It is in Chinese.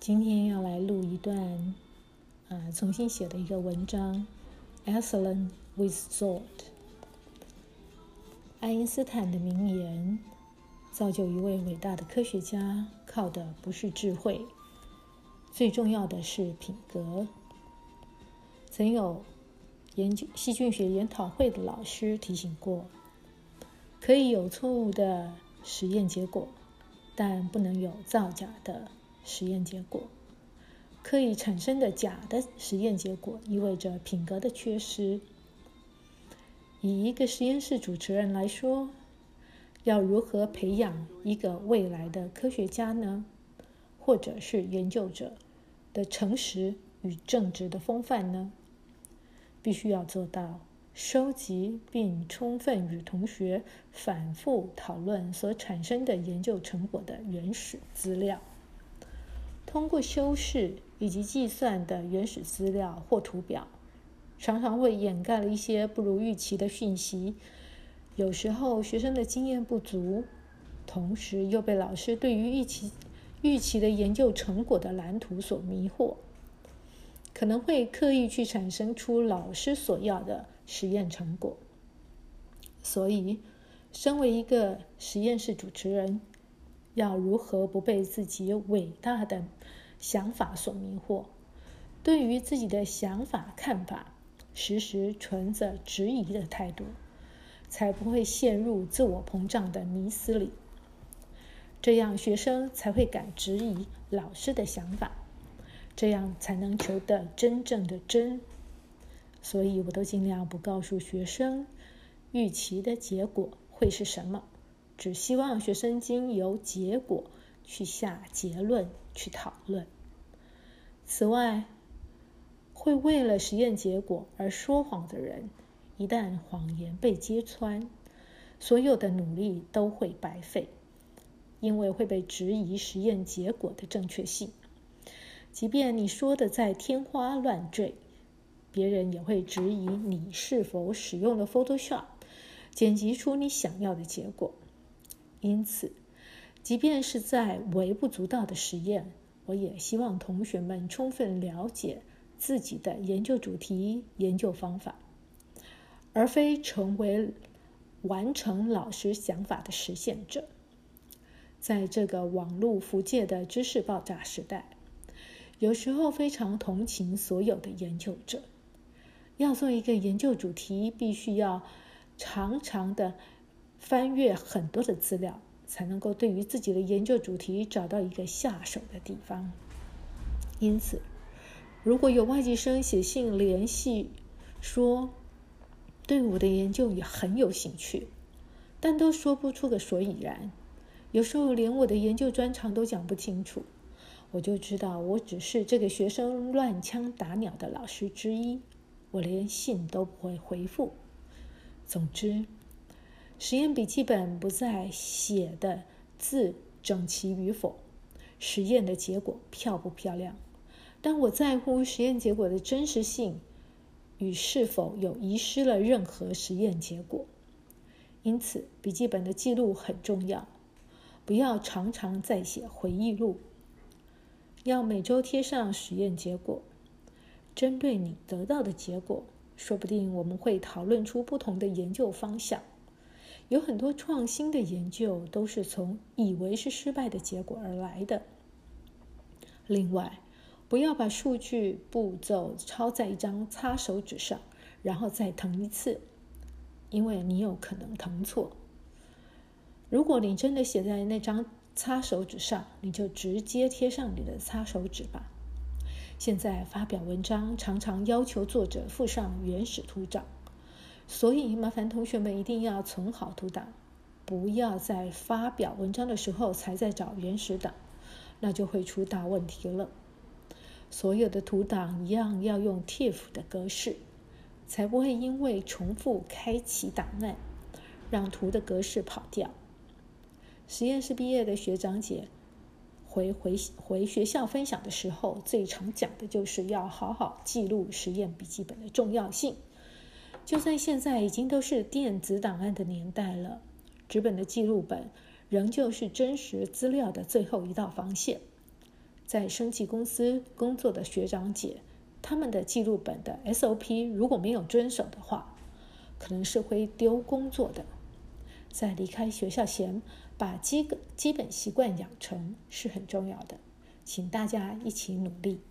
今天要来录一段重新写的一个文章 Excellence with Thought。 爱因斯坦的名言，造就一位伟大的科学家，靠的不是智慧，最重要的是品格。曾有研究细菌学研讨会的老师提醒过，可以有错误的实验结果，但不能有造假的实验结果。可以产生的假的实验结果意味着品格的缺失。以一个实验室主持人来说，要如何培养一个未来的科学家呢？或者是研究者的诚实与正直的风范呢？必须要做到收集并充分与同学反复讨论所产生的研究成果的原始资料。通过修饰以及计算的原始资料或图表，常常会掩盖了一些不如预期的讯息。有时候学生的经验不足，同时又被老师对于预期的研究成果的蓝图所迷惑，可能会刻意去产生出老师所要的实验成果。所以，身为一个实验室主持人，要如何不被自己伟大的想法所迷惑？对于自己的想法看法，时时存着质疑的态度，才不会陷入自我膨胀的迷思里。这样学生才会敢质疑老师的想法，这样才能求得真正的真。所以我都尽量不告诉学生预期的结果会是什么，只希望学生经由结果去下结论，去讨论。此外，会为了实验结果而说谎的人，一旦谎言被揭穿，所有的努力都会白费，因为会被质疑实验结果的正确性。即便你说的再天花乱坠，别人也会质疑你是否使用了 Photoshop 剪辑出你想要的结果。因此，即便是在微不足道的实验，我也希望同学们充分了解自己的研究主题、研究方法，而非成为完成老师想法的实现者。在这个网络浮介的知识爆炸时代，有时候非常同情所有的研究者。要做一个研究主题，必须要常常的翻阅很多的资料，才能够对于自己的研究主题找到一个下手的地方。因此，如果有外籍生写信联系说对我的研究也很有兴趣，但都说不出个所以然，有时候连我的研究专长都讲不清楚，我就知道我只是这个学生乱枪打鸟的老师之一，我连信都不会回复。总之，实验笔记本不在写的字整齐与否，实验的结果漂不漂亮，但我在乎实验结果的真实性与是否有遗失了任何实验结果。因此，笔记本的记录很重要，不要常常在写回忆录，要每周贴上实验结果。针对你得到的结果，说不定我们会讨论出不同的研究方向。有很多创新的研究都是从以为是失败的结果而来的。另外，不要把数据步骤抄在一张擦手纸上，然后再誊一次，因为你有可能誊错。如果你真的写在那张擦手纸上，你就直接贴上你的擦手纸吧。现在发表文章常常要求作者附上原始图档，所以麻烦同学们一定要存好图档，不要在发表文章的时候才在找原始档，那就会出大问题了。所有的图档一样要用 TIFF 的格式，才不会因为重复开启档案，让图的格式跑掉。实验室毕业的学长姐回学校分享的时候，最常讲的就是要好好记录实验笔记本的重要性。就算现在已经都是电子档案的年代了，纸本的记录本仍旧是真实资料的最后一道防线。 在生技公司工作的学长姐，他们的记录本的 SOP 如果没有遵守的话，可能是会丢工作的。在离开学校前，把基本习惯养成是很重要的，请大家一起努力。